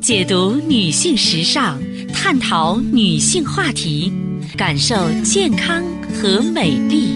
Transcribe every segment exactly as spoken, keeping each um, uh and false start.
解读女性时尚，探讨女性话题，感受健康和美丽。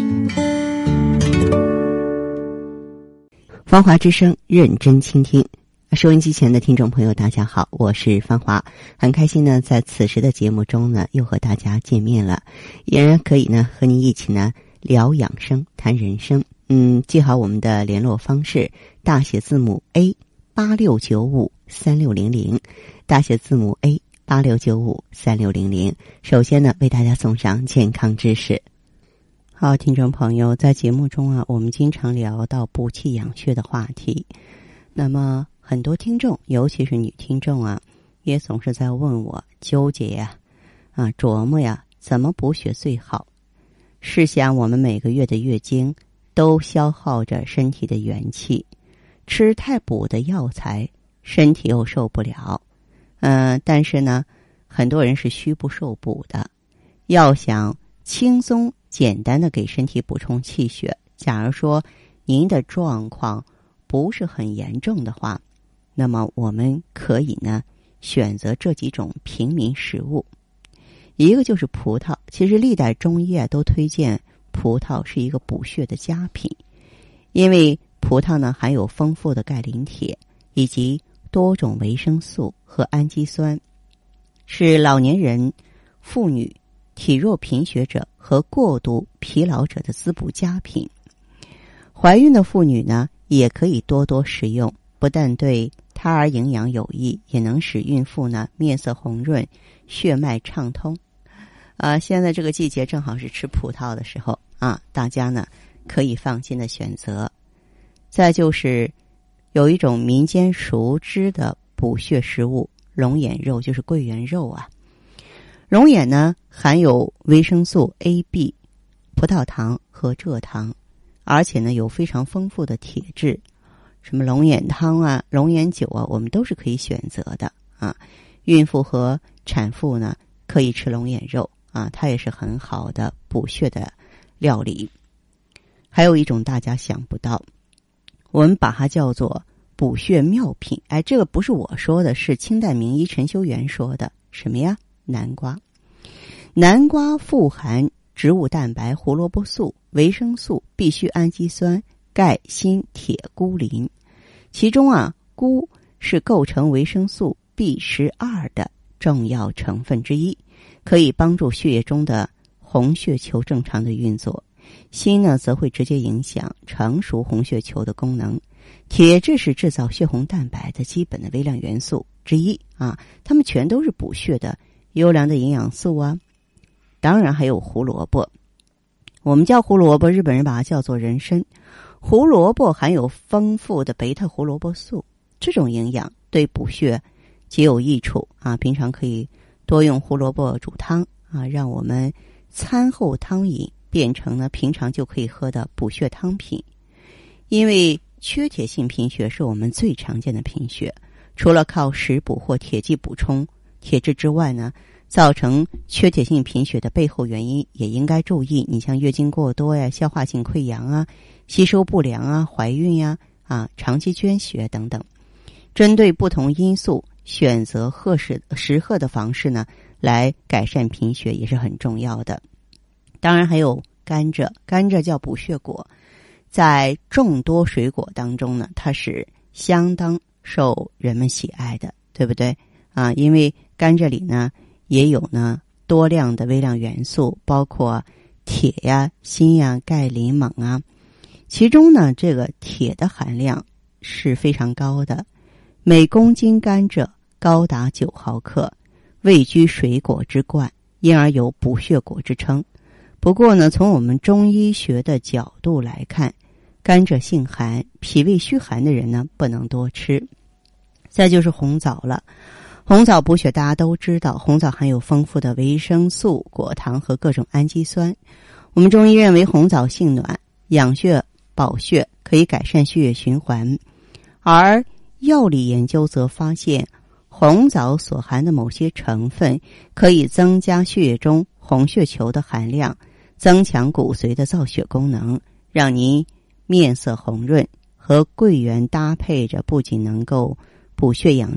芳华之声，认真倾听。收音机前的听众朋友大家好，我是芳华，很开心呢在此时的节目中呢又和大家见面了，依然可以呢和您一起呢聊养生谈人生。嗯，记好我们的联络方式，大写字母 A 八六九五三六零零，大写字母 A 八六九五三六零零。首先呢为大家送上健康知识。好，听众朋友，在节目中啊我们经常聊到补气养血的话题，那么很多听众尤其是女听众啊也总是在问我纠结呀啊琢磨呀怎么补血最好。试想我们每个月的月经都消耗着身体的元气，吃太补的药材身体又受不了，嗯、呃，但是呢很多人是虚不受补的。要想轻松简单的给身体补充气血，假如说您的状况不是很严重的话，那么我们可以呢选择这几种平民食物。一个就是葡萄，其实历代中医啊都推荐葡萄是一个补血的佳品，因为葡萄呢含有丰富的钙磷铁以及多种维生素和氨基酸，是老年人、妇女、体弱贫血者和过度疲劳者的滋补佳品。怀孕的妇女呢也可以多多食用，不但对胎儿营养有益，也能使孕妇呢面色红润，血脉畅通。呃，现在这个季节正好是吃葡萄的时候啊，大家呢可以放心的选择。再就是有一种民间熟知的补血食物龙眼肉，就是桂圆肉啊。龙眼呢含有维生素 A、B、葡萄糖和蔗糖，而且呢有非常丰富的铁质，什么龙眼汤啊、龙眼酒啊，我们都是可以选择的啊。孕妇和产妇呢可以吃龙眼肉啊，它也是很好的补血的料理。还有一种大家想不到，我们把它叫做补血妙品。哎，这个不是我说的，是清代名医陈修元说的。什么呀？南瓜。南瓜富含植物蛋白、胡萝卜素、维生素、必需氨基酸、钙、锌、铁、钴、磷。其中啊，钴是构成维生素 B 十二 的重要成分之一，可以帮助血液中的红血球正常的运作。锌呢，则会直接影响成熟红血球的功能。铁质是制造血红蛋白的基本的微量元素之一啊，它们全都是补血的优良的营养素啊。当然还有胡萝卜，我们叫胡萝卜，日本人把它叫做人参。胡萝卜含有丰富的贝塔胡萝卜素，这种营养对补血极有益处啊！平常可以多用胡萝卜煮汤啊，让我们餐后汤饮变成呢平常就可以喝的补血汤品。因为缺铁性贫血是我们最常见的贫血，除了靠食补或铁剂补充铁质之外呢，造成缺铁性贫血的背后原因也应该注意。你像月经过多呀、消化性溃疡啊、吸收不良啊、怀孕呀、啊长期捐血等等。针对不同因素选择合适适合的方式呢，来改善贫血也是很重要的。当然还有甘蔗，甘蔗叫补血果，在众多水果当中呢，它是相当受人们喜爱的，对不对啊？因为甘蔗里呢也有呢多量的微量元素，包括铁呀、锌呀、钙、磷、锰啊。其中呢，这个铁的含量是非常高的，每公斤甘蔗高达九毫克，位居水果之冠，因而有补血果之称。不过呢，从我们中医学的角度来看，甘蔗性寒，脾胃虚寒的人呢不能多吃。再就是红枣了，红枣补血大家都知道，红枣含有丰富的维生素、果糖和各种氨基酸。我们中医认为红枣性暖，养血保血，可以改善血液循环。而药理研究则发现，红枣所含的某些成分可以增加血液中红血球的含量，增强骨髓的造血功能，让您面色红润。和桂圆搭配着，不仅能够补血养气，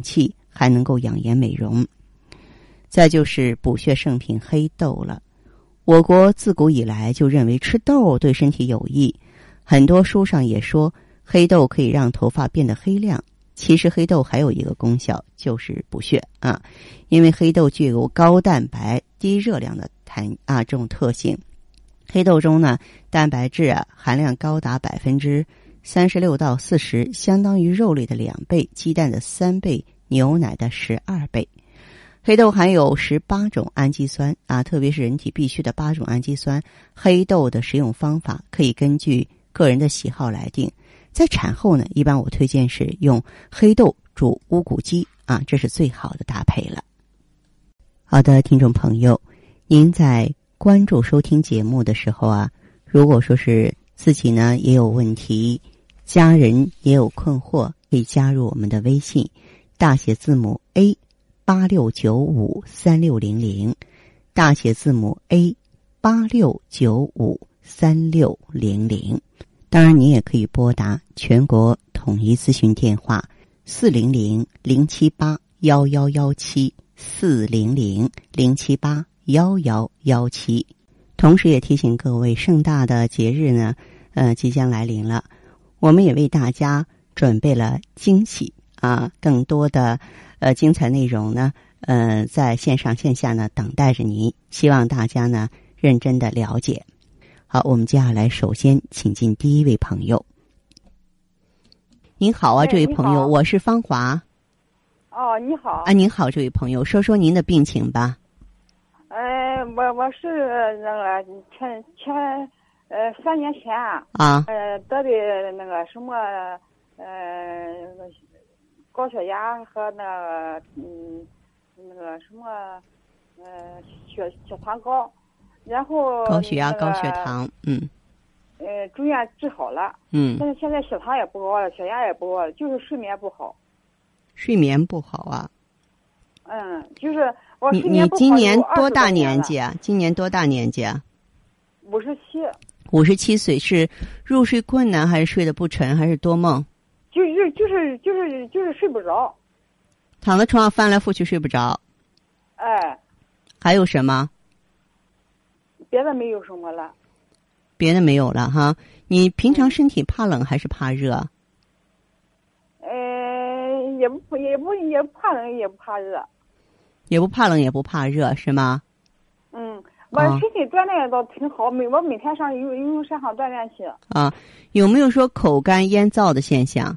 还能够养颜美容。再就是补血圣品黑豆了。我国自古以来就认为吃豆对身体有益，很多书上也说黑豆可以让头发变得黑亮。其实黑豆还有一个功效，就是补血啊，因为黑豆具有高蛋白、低热量的弹啊这种特性。黑豆中呢，蛋白质啊含量高达百分之三十六到四十，相当于肉类的两倍、鸡蛋的三倍、牛奶的十二倍。黑豆含有十八种氨基酸啊，特别是人体必需的八种氨基酸。黑豆的食用方法可以根据个人的喜好来定。在产后呢，一般我推荐是用黑豆煮乌骨鸡啊，这是最好的搭配了。好的，听众朋友，您在关注收听节目的时候啊，如果说是自己呢也有问题，家人也有困惑，可以加入我们的微信，大写字母 A 八六九五三六零零，大写字母 A 八六九五三六零零。当然，你也可以拨打全国统一咨询电话四零零零七八幺幺幺七四零零零七八幺幺幺七。同时也提醒各位，盛大的节日呢，呃，即将来临了，我们也为大家准备了惊喜啊，更多的呃精彩内容呢，呃，在线上线下呢等待着您，希望大家呢认真的了解。好，我们接下来首先请进第一位朋友。您好啊，这位朋友，我是芳华。 哦，你好。 啊，您好，这位朋友，说说您的病情吧。 呃，我我是那个前前呃三年前啊， 呃得的那个什么呃高血压和那个嗯那个什么呃血血糖高，然后高血压、 那个、 高血糖，嗯， 呃住院治好了， 嗯， 但是现在血糖也不高了，血压也不高了，就是睡眠不好。 睡眠不好啊？ 嗯，就是我你睡眠不好。 你今年多大年年纪啊？今年多大年纪啊？ 五十七。 五十七岁，是入睡困难，还是睡得不沉，还是多梦？ 就就就是就是就是睡不着。 躺在床上翻来覆去睡不着。 哎。 还有什么？ 别的没有什么了。 别的没有了哈。你平常身体怕冷还是怕热？ 呃，也不也不也不怕冷，也不怕热。 也不怕冷，也不怕热，是吗？ 嗯，我身体锻炼倒挺好，每我每天上游游泳山上锻炼去。 啊，有没有说口干咽燥的现象？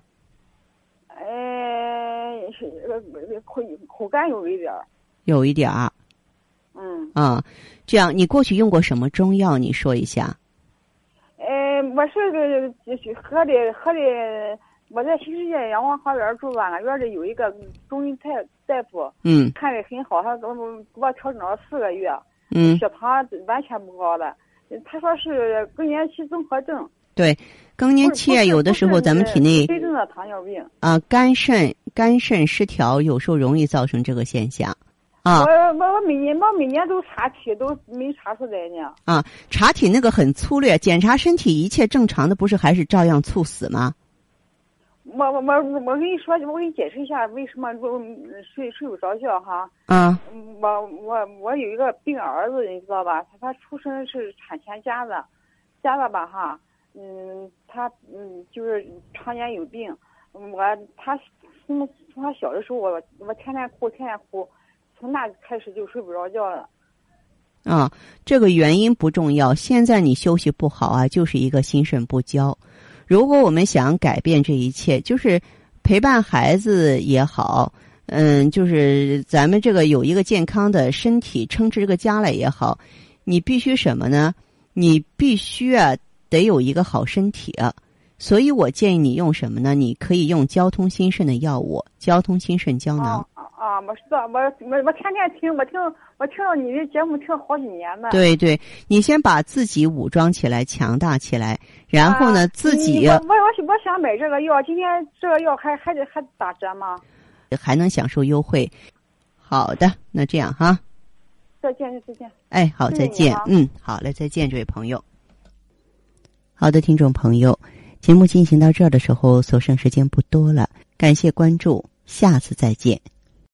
呃，是口口干有一点儿。 有一点儿。 嗯。 啊，这样，你过去用过什么中药？你说一下。 呃，我是喝的喝的，我在新世界阳光花园住半个月的，有一个中医大大夫， 嗯， 看的很好，他给我给我调整了四个月， 嗯， 血糖完全不高了。他说是更年期综合症。 对，更年期啊，有的时候咱们体内真正的糖尿病啊，肝肾肝肾失调，有时候容易造成这个现象。啊， 我我我每年我每年都查体，都没查出来呢。 啊，查体那个很粗略，检查身体一切正常的，不是还是照样猝死吗？ 我我我我跟你说，我给你解释一下为什么我睡睡不着觉哈。 啊。 我我我有一个病儿子，你知道吧？他他出生是产前夹的，夹的吧哈。嗯，他嗯就是常年有病。我他从从他小的时候，我我天天哭天天哭。从那开始就睡不着觉了。 啊，这个原因不重要。现在你休息不好啊，就是一个心肾不交。如果我们想改变这一切，就是陪伴孩子也好，嗯，就是咱们这个有一个健康的身体撑持这个家来也好，你必须什么呢？你必须啊，得有一个好身体啊。所以我建议你用什么呢？你可以用交通心肾的药物，交通心肾胶囊。 哦啊，我知道，我我我天天听，我听我听到你的节目听了好几年了。 对对，你先把自己武装起来，强大起来，然后呢，啊、自己。 我我我我想买这个药，今天这个药还还得还打折吗？ 还能享受优惠。好的，那这样哈。 再见，再见。 哎，好，再见。嗯，好嘞，再见，这位朋友。好的，听众朋友，节目进行到这儿的时候，所剩时间不多了，感谢关注，下次再见。